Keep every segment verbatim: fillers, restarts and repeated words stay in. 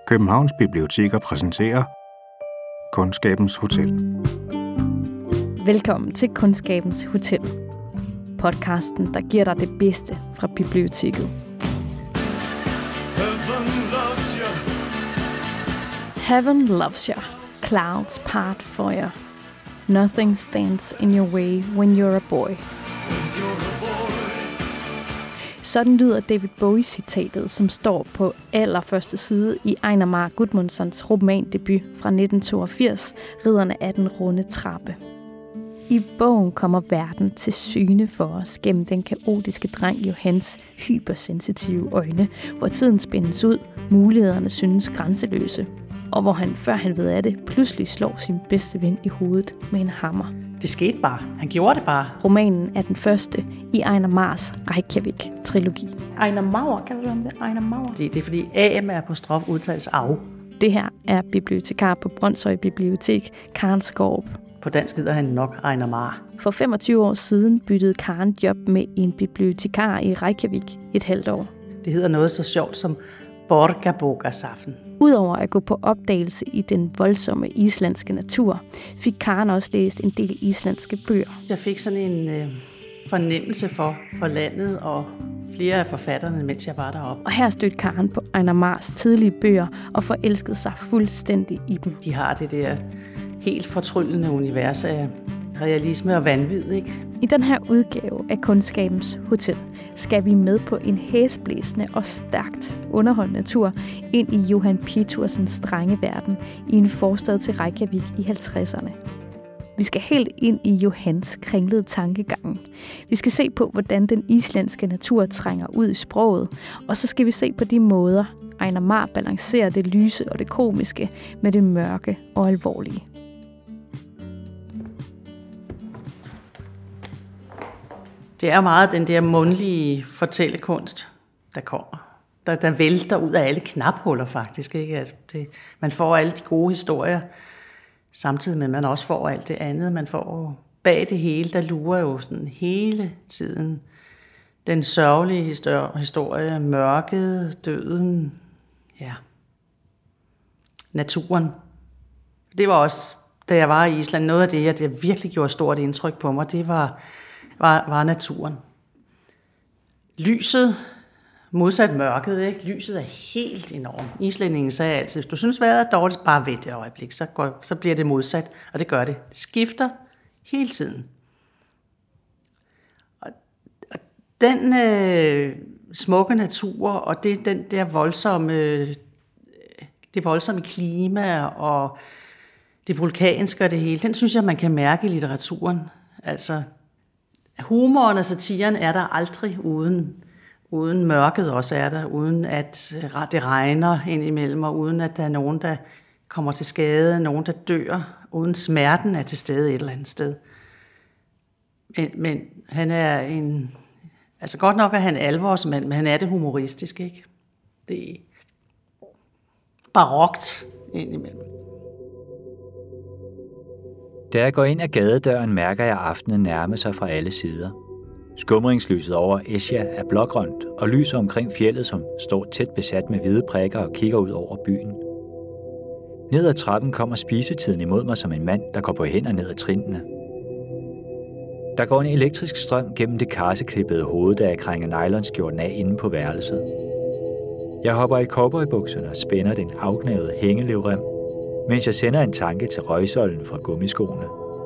Københavns Biblioteker præsenterer Kundskabens Hotel. Velkommen til Kundskabens Hotel. Podcasten, der giver dig det bedste fra biblioteket. Heaven loves you. Clouds part for you. Nothing stands in your way when you're a boy. Sådan lyder David Bowie-citatet, som står på allerførste side i Einar Már Guðmundssons romandebut fra nitten toogfirs, Ridderne af den runde trappe. I bogen kommer verden til syne for os gennem den kaotiske dreng Johans hypersensitive øjne, hvor tiden spændes ud, mulighederne synes grænseløse, og hvor han, før han ved af det, pludselig slår sin bedste ven i hovedet med en hammer. Det skete bare. Han gjorde det bare. Romanen er den første i Einar Márs Reykjavik-trilogi. Einar Már, kan du det? Einar Már. Det, det er fordi A med apostrof udtales af. Det her er bibliotekar på Brønshøj Bibliotek, Karen Skaarup. På dansk hedder han nok Einar Már. For femogtyve år siden byttede Karen job med en bibliotekar i Reykjavik et halvt år. Det hedder noget så sjovt som Borgarbókasafn. Udover at gå på opdagelse i den voldsomme islandske natur, fik Karen også læst en del islandske bøger. Jeg fik sådan en øh, fornemmelse for, for landet og flere af forfatterne, mens jeg var deroppe. Og her stødte Karen på Einar Márs tidlige bøger og forelskede sig fuldstændig i dem. De har det der helt fortryllende univers af realisme og vanvid, ikke? I den her udgave af Kundskabens Hotel skal vi med på en hæsblæsende og stærkt underholdende tur ind i Jóhann Pétursens drengeverden i en forstad til Reykjavik i halvtredserne. Vi skal helt ind i Johans kringlede tankegang. Vi skal se på, hvordan den islandske natur trænger ud i sproget, og så skal vi se på de måder, Einar Már balancerer det lyse og det komiske med det mørke og alvorlige. Det er meget den der mundtlige fortællekunst, der kommer. Der, der vælter ud af alle knaphuller faktisk. Ikke? At det, man får alle de gode historier, samtidig med at man også får alt det andet. Man får bag det hele, der lurer jo sådan hele tiden den sørgelige historie, mørket, døden, ja, naturen. Det var også, da jeg var i Island, noget af det, der virkelig gjorde stort indtryk på mig, det var... Var, var naturen. Lyset, modsat mørket, ikke? Lyset er helt enormt. Islændingen sagde altid, hvis du synes vejret er dårligt, bare vent et øjeblik, så, går, så bliver det modsat, og det gør det. Det skifter hele tiden. Og, og den øh, smukke natur, og det, den der voldsomme, det voldsomme klima, og det vulkanske og det hele, den synes jeg, man kan mærke i litteraturen. Altså, humoren og satiren er der aldrig uden, uden mørket også er der, uden at det regner indimellem, og uden at der er nogen, der kommer til skade, nogen, der dør, uden smerten er til stede et eller andet sted. Men, men han er en... Altså godt nok er han alvorsmand, men han er det humoristisk, ikke? Det er barokt indimellem. Da jeg går ind ad gadedøren, mærker jeg aftenen nærme sig fra alle sider. Skumringslyset over Esja er blågrønt, og lyset omkring fjeldet, som står tæt besat med hvide prikker og kigger ud over byen. Ned ad trappen kommer spisetiden imod mig som en mand, der går på hænder ned ad trinene. Der går en elektrisk strøm gennem det karseklippede hoved, da jeg krænger nylonskjorten af inde på værelset. Jeg hopper i cowboybukserne og spænder den afgnavede hængeløvrem, mens jeg sender en tanke til røgsøjlen fra gummiskoene.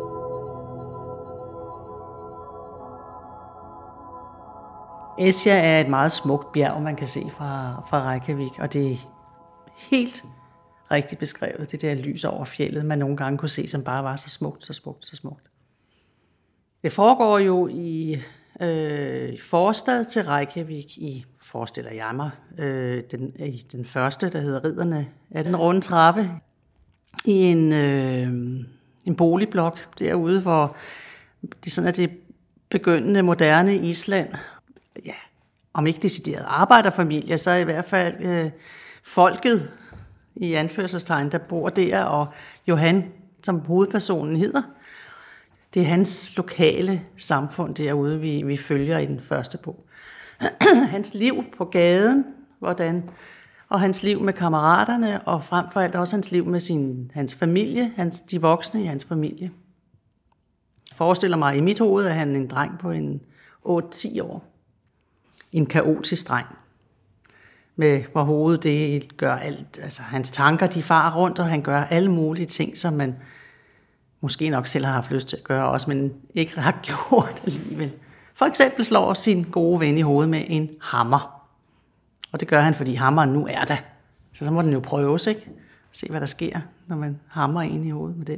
Esja er et meget smukt bjerg, man kan se fra, fra Reykjavik, og det er helt rigtigt beskrevet, det der lys over fjeldet, man nogle gange kunne se, som bare var så smukt, så smukt, så smukt. Det foregår jo i øh, forstad til Reykjavik, i, forestiller jeg mig, øh, den, i den første, der hedder Ridderne af den runde trappe, i en, øh, en boligblok derude, hvor det er sådan, at det begyndende moderne Island, ja, om ikke decideret arbejderfamilie, så i hvert fald øh, folket i anførselstegn, der bor der, og Johan, som hovedpersonen hedder, det er hans lokale samfund derude, vi, vi følger i den første bog. Hans liv på gaden, hvordan og hans liv med kammeraterne, og frem for alt også hans liv med sin, hans familie, hans, de voksne i hans familie. Jeg forestiller mig i mit hoved, at han er en dreng på en otte ti år. En kaotisk dreng. Med, hvor hovedet det gør alt. Altså hans tanker, de farer rundt, og han gør alle mulige ting, som man måske nok selv har haft lyst til at gøre også, men ikke har gjort alligevel. For eksempel slår sin gode ven i hovedet med en hammer. Og det gør han, fordi hammeren nu er der. Så så må den jo prøves, ikke? Se, hvad der sker, når man hamrer en i hovedet med den.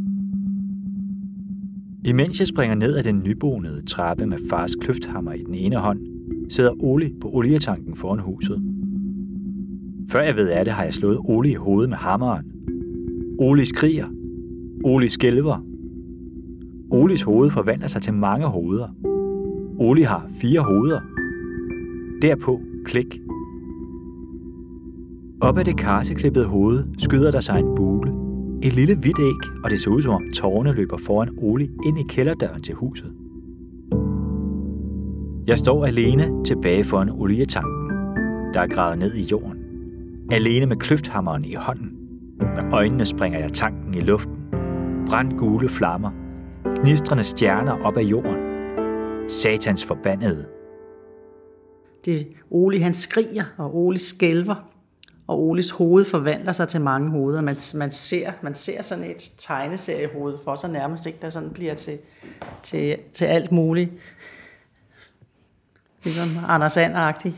Imens jeg springer ned ad den nybonede trappe med fars kløfthammer i den ene hånd, sidder Oli på olietanken foran huset. Før jeg ved af det, har jeg slået Oli i hovedet med hammeren. Oli skriger. Oli skælver. Olis hoved forvandler sig til mange hoveder. Oli har fire hoveder. Derpå klik. Op ad det karseklippede hoved skyder der sig en bule. Et lille hvidt æg, og det ser ud som om tårerne løber foran Oli ind i kælderdøren til huset. Jeg står alene tilbage foran olietanken, der er gravet ned i jorden. Alene med kløfthammeren i hånden. Med øjnene springer jeg tanken i luften. Brandgule flammer. Gnistrende stjerner op af jorden. Satans forbandede. Det Oli, han skriger, og Oli skælver. Og Olis hoved forvandler sig til mange hoveder. Man, man, ser, man ser sådan et tegneseriehoved for sig nærmest, ikke? Der sådan bliver til, til, til alt muligt. Ligesom Anders And-agtigt.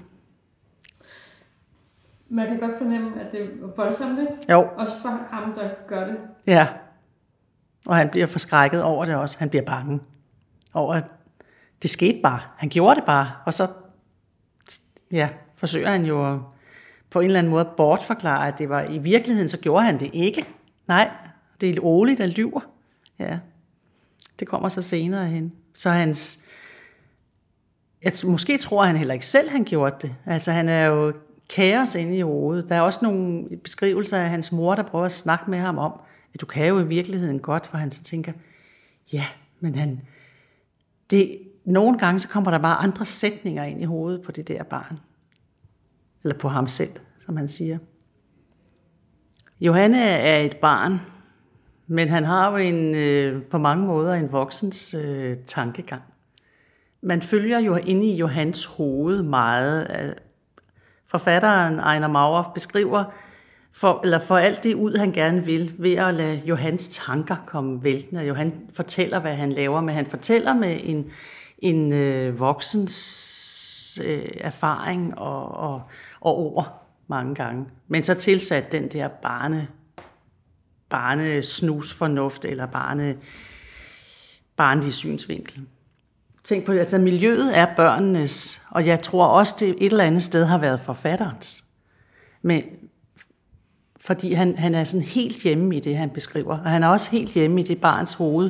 Man kan godt fornemme, at det er voldsomt, ikke? Jo. Også for ham, der gør det. Ja. Og han bliver forskrækket over det også. Han bliver bange over, at det skete bare. Han gjorde det bare. Og så ja, forsøger han jo på en eller anden måde bortforklare, at det var i virkeligheden, så gjorde han det ikke. Nej, det er Oli, der lyver. Ja, det kommer så senere hen. Så hans... Jeg, måske tror han heller ikke selv, han gjorde det. Altså han er jo kaos inde i hovedet. Der er også nogle beskrivelser af hans mor, der prøver at snakke med ham om, at du kan jo i virkeligheden godt, hvor han så tænker, ja, men han... Det, nogle gange så kommer der bare andre sætninger ind i hovedet på det der barn. Eller på ham selv, som han siger. Johanne er et barn, men han har jo en, øh, på mange måder en voksens øh, tankegang. Man følger jo inde i Johans hoved meget. Forfatteren Einar Maurer beskriver for, eller for alt det ud, han gerne vil, ved at lade Johans tanker komme væltende. Johan fortæller, hvad han laver, men han fortæller med en, en øh, voksens øh, erfaring og, og, og ord mange gange. Men så tilsat den der barne, barnesnusfornuft eller barne, barnlig synsvinkel. Tænk på det, altså miljøet er børnenes, og jeg tror også, det et eller andet sted har været forfatterens. Men fordi han, han er sådan helt hjemme i det, han beskriver, og han er også helt hjemme i det barns hoved.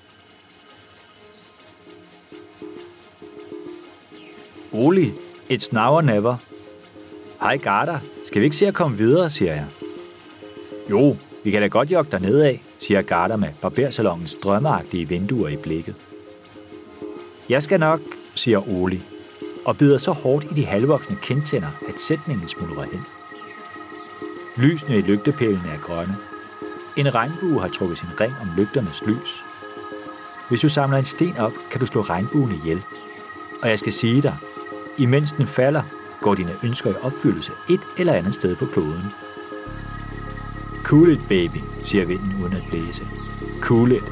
Oli, it's now or never. Hej Garda, skal vi ikke se at komme videre, siger jeg. Jo, vi kan da godt jogge dernede af, siger Garda med barbersalongens drømmeagtige vinduer i blikket. Jeg skal nok, siger Oli, og bider så hårdt i de halvvoksne kindtænder, at sætningen smuldrer hen. Lysene i lygtepælene er grønne. En regnbue har trukket sin ring om lygternes lys. Hvis du samler en sten op, kan du slå regnbuen ihjel. Og jeg skal sige dig, imens den falder, går dine ønsker i opfyldelse et eller andet sted på kloden. Cool it, baby, siger vinden uden at blæse. Cool it.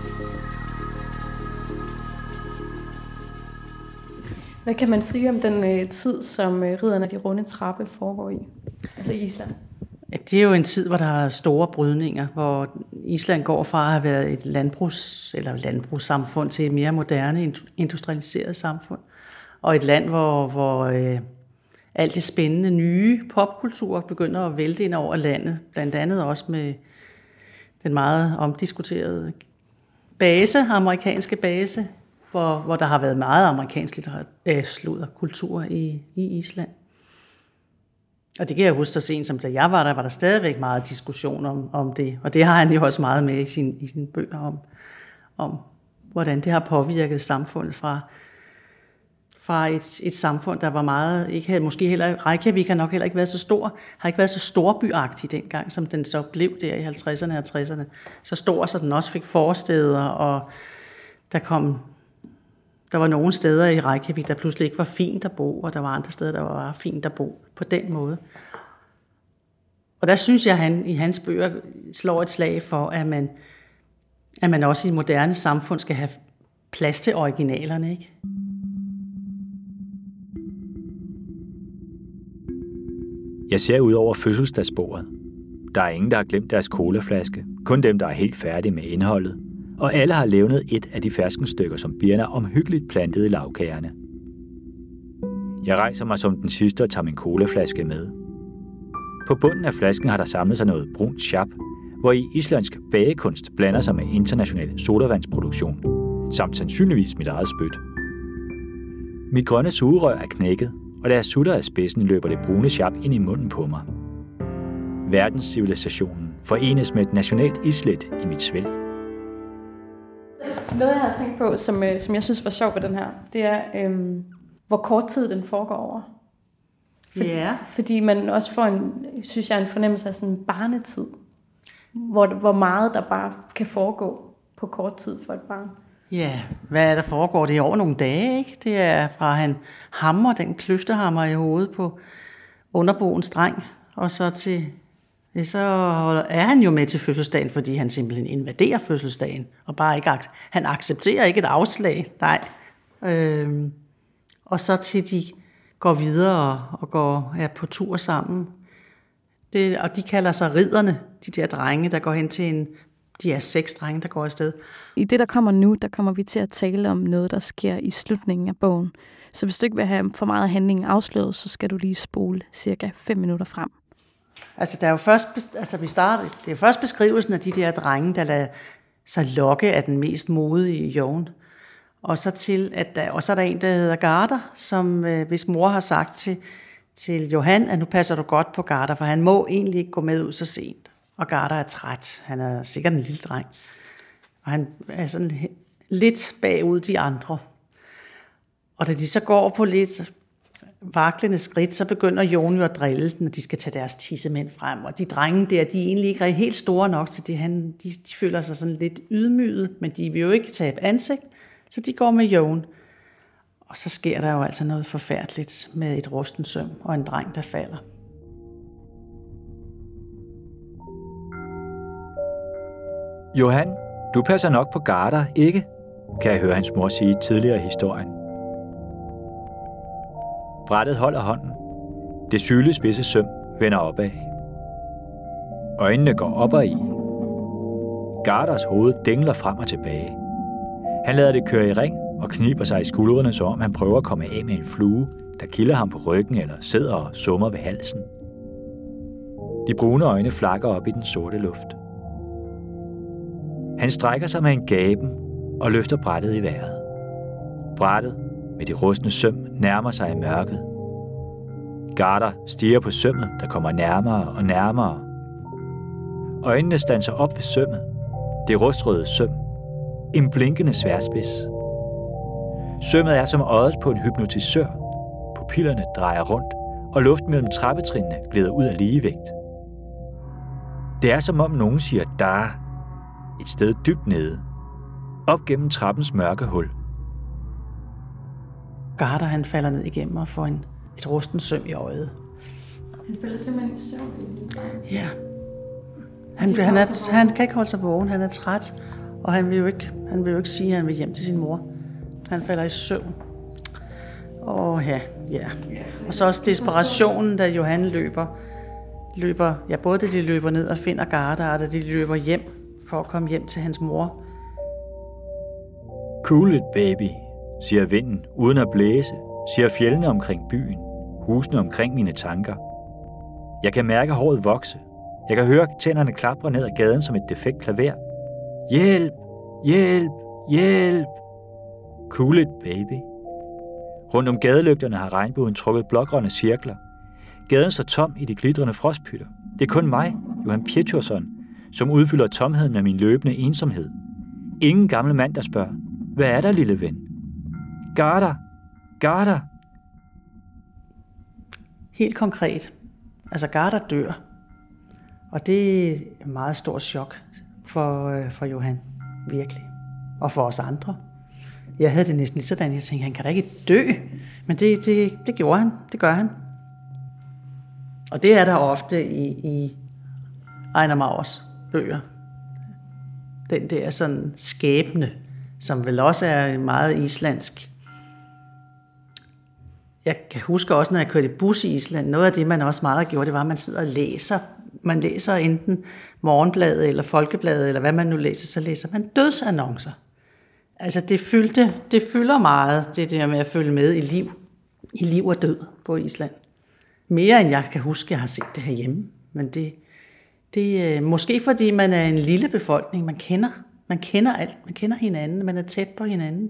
Hvad kan man sige om den øh, tid, som øh, ridderne af de runde trappe foregår i? Altså i Island. Ja, det er jo en tid, hvor der er store brydninger, hvor Island går fra at have været et landbrugs, eller landbrugssamfund til et mere moderne, industrialiseret samfund. Og et land, hvor, hvor øh, alt det spændende nye popkultur begynder at vælte ind over landet. Blandt andet også med den meget omdiskuterede base, amerikanske base, hvor, hvor der har været meget amerikansk litterat, øh, sludder, kultur i, i Island. Og det kan jeg huske så sent som da jeg var der, var der stadigvæk meget diskussion om, om det. Og det har han jo også meget med i, sin, i sine bøger om, om, hvordan det har påvirket samfundet fra, fra et, et samfund, der var meget, ikke havde, måske heller, Reykjavik har nok heller ikke været så stor, har ikke været så storbyagtig dengang, som den så blev der i halvtredserne og tresserne. Så stor, så den også fik forsteder, og der kom, der var nogle steder i Reykjavik, der pludselig ikke var fint at bo, og der var andre steder, der var fint at bo på den måde. Og der synes jeg, at han i hans bøger slår et slag for, at man, at man også i et moderne samfund skal have plads til originalerne, ikke? Jeg ser ud over fødselsdagsbordet. Der er ingen, der har glemt deres colaflaske. Kun dem, der er helt færdige med indholdet. Og alle har levnet et af de ferskenstykker, som Birna omhyggeligt plantede i lavkagerne. Jeg rejser mig som den sidste og tager min colaflaske med. På bunden af flasken har der samlet sig noget brunt sjap, hvor i islandsk bagekunst blander sig med international sodavandsproduktion, samt sandsynligvis mit eget spyt. Mit grønne sugerør er knækket, og da jeg sutter af spidsen, løber det brune sjap ind i munden på mig. Verdenscivilisationen forenes med et nationalt islet i mit svælg. Noget, jeg har tænkt på, som, øh, som jeg synes var sjovt ved den her, det er, øh, hvor kort tid den foregår over. For, Ja. Fordi man også får en, synes jeg, en fornemmelse af sådan en barnetid, hvor, hvor meget der bare kan foregå på kort tid for et barn. Ja, hvad er der foregår? Det er over nogle dage, ikke? Det er fra han hammer, den kløftehammer i hovedet på underboens dreng, og så til, så er han jo med til fødselsdagen, fordi han simpelthen invaderer fødselsdagen, og bare ikke, han accepterer ikke et afslag, nej. Øhm, og så til de går videre og går er på tur sammen. Det, og de kalder sig ridderne, de der drenge, der går hen til en, de er seks drenge, der går afsted. I det, der kommer nu, der kommer vi til at tale om noget, der sker i slutningen af bogen. Så hvis du ikke vil have for meget handling afsløret, så skal du lige spole cirka fem minutter frem. Altså, der er jo først, altså vi starter, det er først beskrivelsen af de der drenge, der lader sig lokke af den mest modige Jon. Og så, til, at der, og så er der en, der hedder Garder, som øh, hvis mor har sagt til, til Johan, at nu passer du godt på Garder, for han må egentlig ikke gå med ud så sent. Og Garder er træt. Han er sikkert en lille dreng. Og han er sådan lidt bagud de andre. Og da de så går på lidt vaklende skridt, så begynder Jon jo at drille, når de skal tage deres tissemænd frem. Og de drenge der, de er egentlig ikke helt store nok til det. Han, de, de føler sig sådan lidt ydmyget, men de vil jo ikke tabe ansigt, så de går med Jon. Og så sker der jo altså noget forfærdeligt med et rusten søm og en dreng, der falder. Johan, du passer nok på Garder, ikke? Kan jeg høre hans mor sige tidligere i historien. Brættet holder hånden. Det sylespidse søm vender opad. Øjnene går opad i. Garders hoved dingler frem og tilbage. Han lader det køre i ring og kniber sig i skuldrene, som om han prøver at komme af med en flue, der kilder ham på ryggen eller sidder og summer ved halsen. De brune øjne flakker op i den sorte luft. Han strækker sig med en gaben og løfter brættet i vejret. Brættet med de rustne søm nærmer sig i mørket. Garder stiger på sømmet, der kommer nærmere og nærmere. Øjnene standser op ved sømmet. Det rustrøde søm. En blinkende sværspids. Sømmet er som øjet på en hypnotisør. Pupillerne drejer rundt, og luften mellem trappetrinene glider ud af ligevægt. Det er som om nogen siger der, et sted dybt nede, op gennem trappens mørke hul. Garder, han falder ned igennem og får en, et rusten søm i øjet. Han falder simpelthen i søvn. Ja. Han, han, er, han kan ikke holde sig vågen, han er træt, og han vil jo ikke, han vil jo ikke sige, at han vil hjem til sin mor. Han falder i søvn. Og ja, ja. Og så også desperationen, da Johan løber. løber ja, både da de løber ned og finder Garder, og da de løber hjem for at komme hjem til hans mor. Cool it, baby, siger vinden uden at blæse, siger fjellene omkring byen, husene omkring mine tanker. Jeg kan mærke håret vokse. Jeg kan høre tænderne klapre ned ad gaden som et defekt klaver. Hjælp! Hjælp! Hjælp! Cool it, baby. Rundt om gadelygterne har regnbuen trukket blågrønne cirkler. Gaden står tom i de glitrende frostpytter. Det er kun mig, Johan Pétursson, som udfylder tomheden med min løbende ensomhed. Ingen gammel mand, der spørger, hvad er der, lille ven? Garder! Garda! Helt konkret. Altså Garda dør. Og det er et meget stort chok for, for Johan. Virkelig. Og for os andre. Jeg havde det næsten lige sådan, jeg tænkte, han kan da ikke dø. Men det, det, det gjorde han. Det gør han. Og det er der ofte i, i Einar Mauers bøger. Den der sådan skæbne, som vel også er meget islandsk. Jeg kan huske også, når jeg kørte i bus i Island, noget af det, man også meget gjorde, det var, at man sidder og læser. Man læser enten Morgenbladet eller Folkebladet, eller hvad man nu læser, så læser man dødsannoncer. Altså det, fyldte, det fylder meget, det der med at følge med i liv, i liv og død på Island. Mere end jeg kan huske, jeg har set det herhjemme. Men det, det er måske fordi, man er en lille befolkning, man kender, man kender alt, man kender hinanden, man er tæt på hinanden.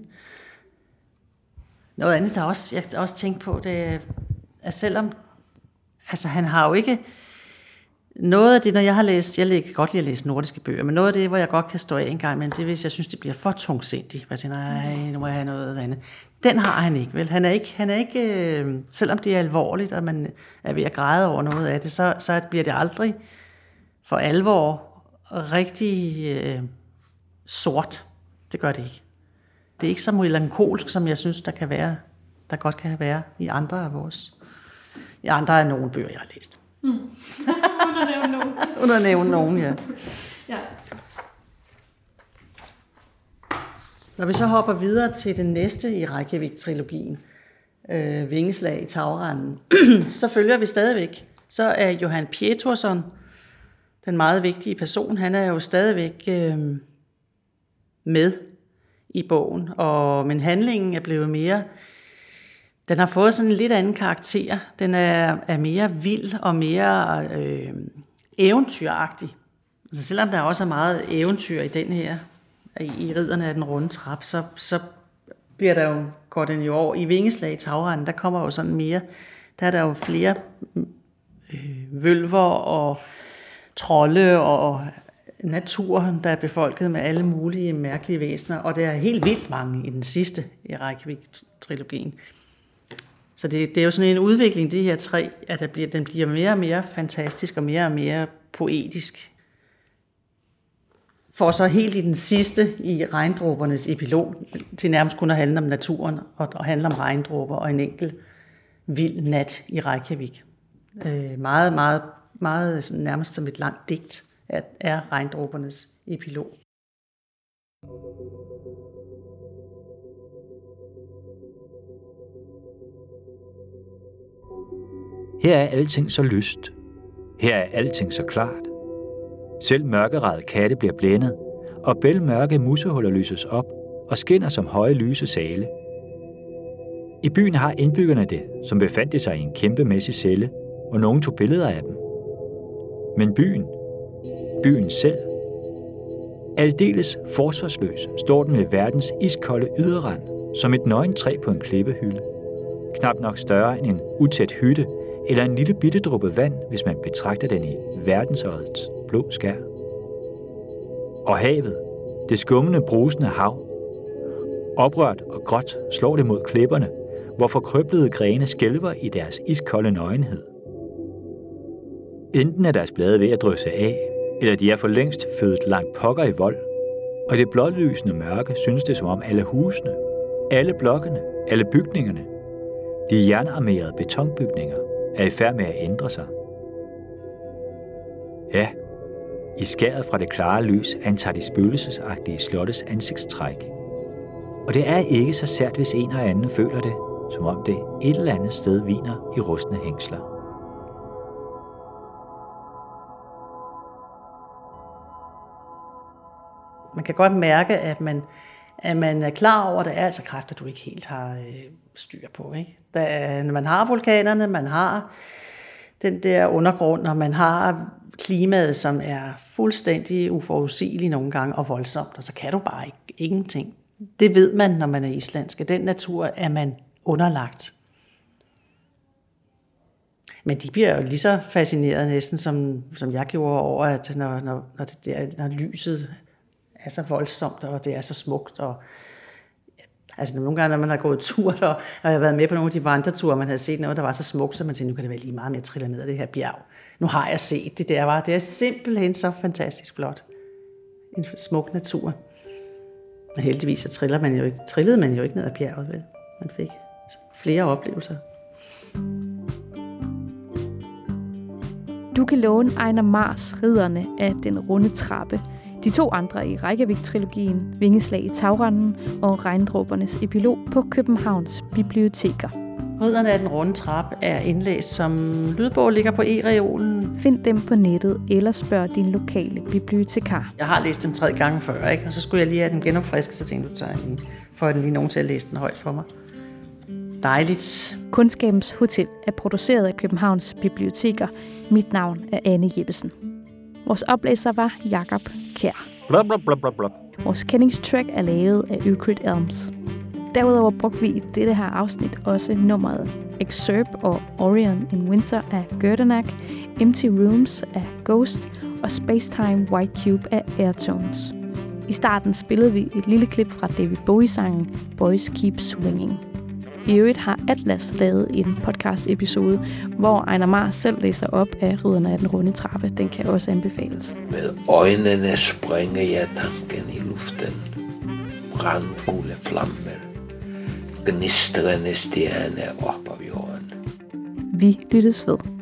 Noget andet, der også, jeg også tænkt på, det er, at selvom, altså han har jo ikke, noget af det, når jeg har læst, jeg kan godt lide at læse nordiske bøger, men noget af det, hvor jeg godt kan stå af en gang, men det er, hvis jeg synes, det bliver for tungsindigt. Jeg siger, nej, nu må jeg have noget andet. Den har han ikke, vel? Han er ikke, han er ikke øh, selvom det er alvorligt, og man er ved at græde over noget af det, så, så bliver det aldrig for alvor rigtig øh, sort. Det gør det ikke. Det er ikke så melankolsk, som jeg synes, der kan være, der godt kan være i andre af vores, i andre af nogle bøger, jeg har læst. Mm. Uden at nævne nogen. Uden at nævne nogen, ja. Ja. Når vi så hopper videre til den næste i Reykjavik-trilogien, øh, Vingeslag i tagrenden, så følger vi stadigvæk. Så er Johan Pétursson, den meget vigtige person, han er jo stadigvæk øh, med i bogen, og, men handlingen er blevet mere, den har fået sådan en lidt anden karakter. Den er, er mere vild og mere øh, eventyragtig. Altså selvom der også er meget eventyr i den her, i, i Ridderne af den runde trap, så, så bliver der jo, går den jo over. I Vingeslag i tagrenden, der kommer jo sådan mere, der er der jo flere øh, vølver og trolde og natur, der er befolket med alle mulige mærkelige væsener, og der er helt vildt mange i den sidste i Reykjavik-trilogien. Så det, det er jo sådan en udvikling, de her tre, at der bliver, den bliver mere og mere fantastisk og mere og mere poetisk. For så helt i den sidste, i Regndråbernes epilog, til nærmest kun at handle om naturen og, og handle om regndråber og en enkelt vild nat i Reykjavik. Øh, meget, meget, meget sådan, nærmest som et langt digt er, er Regndråbernes epilog. Her er alting så lyst. Her er alting så klart. Selv mørkerede katte bliver blændet, og bælmørke musehuller lyses op og skinner som høje lyse sale. I byen har indbyggerne det, som befandt sig i en kæmpemæssig celle, og nogen tog billeder af dem. Men byen, byen selv, aldeles forsvarsløs, står den ved verdens iskolde yderrand, som et nøgent træ på en klippehylde. Knap nok større end en utæt hytte, eller en lille bitte dråbe vand, hvis man betragter den i verdensøjets blå skær. Og havet, det skummende, brusende hav. Oprørt og gråt slår det mod klipperne, hvor forkrøblede grene skælver i deres iskolde nøgenhed. Enten er deres blade ved at drysse af, eller de er for længst født langt pokker i vold, og i det blålysende mørke synes det som om alle husene, alle blokkene, alle bygningerne, de jernarmerede betonbygninger, er i færd med at ændre sig. Ja, i skæret fra det klare lys antager de spøgelsesagtige slottes ansigtstræk. Og det er ikke så sært, hvis en og anden føler det, som om det et eller andet sted hviner i rustne hængsler. Man kan godt mærke, at man, at man er klar over, at der er altså kræfter, du ikke helt har øh, styr på. Ikke? Der er, man har vulkanerne, man har den der undergrund, og man har klimaet, som er fuldstændig uforudsigeligt nogle gange og voldsomt, og så kan du bare ikke ingenting. Det ved man, når man er islandsk. Den natur er man underlagt. Men de bliver jo lige så fascineret næsten, som, som jeg gjorde over, at når, når, når, det der, når lyset er så voldsomt, og det er så smukt. Og Altså nogle gange, når man har gået tur, der, og jeg har været med på nogle af de vandreture, man havde set noget, der var så smukt, så man tænkte, nu kan det være lige meget med at trille ned ad det her bjerg. Nu har jeg set det der var. Det er simpelthen så fantastisk flot. En smuk natur. Men heldigvis så triller man jo ikke, trillede man jo ikke ned ad bjerget, vel? Man fik flere oplevelser. Du kan låne Einar Mars Ridderne af den runde trappe. De to andre i Reykjavik-trilogien, Vingeslag i tagrenden og Regndråbernes epilog på Københavns biblioteker. Ridderne af den runde trappe er indlæst som lydbog, ligger på e-reolen. Find dem på nettet eller spørg din lokale bibliotekar. Jeg har læst dem tre gange før, ikke? Og så skulle jeg lige have dem genopfrisket, så tænkte du, så får den lige nogen til at læse den højt for mig. Dejligt. Kundskabens Hotel er produceret af Københavns biblioteker. Mit navn er Anne Jeppesen. Vores oplæser var Jakob Kjær. Blub, blub, blub, blub, blub. Vores kendingstrack er lavet af Euclid Elms. Derudover brugte vi i dette her afsnit også nummeret Excerpt og Orion in Winter af Gerdenack, Empty Rooms af Ghost og Spacetime White Cube af Airtones. I starten spillede vi et lille klip fra David Bowie-sangen Boys Keep Swinging. I øvrigt har Atlas lavet en podcast-episode, hvor Einar Mars selv læser op af Ridderne af den runde trappe. Den kan også anbefales. Med øjnene springer jeg tanken i luften. Brandgule flammer. Gnistrende stjerne op af jorden. Vi lyttes ved.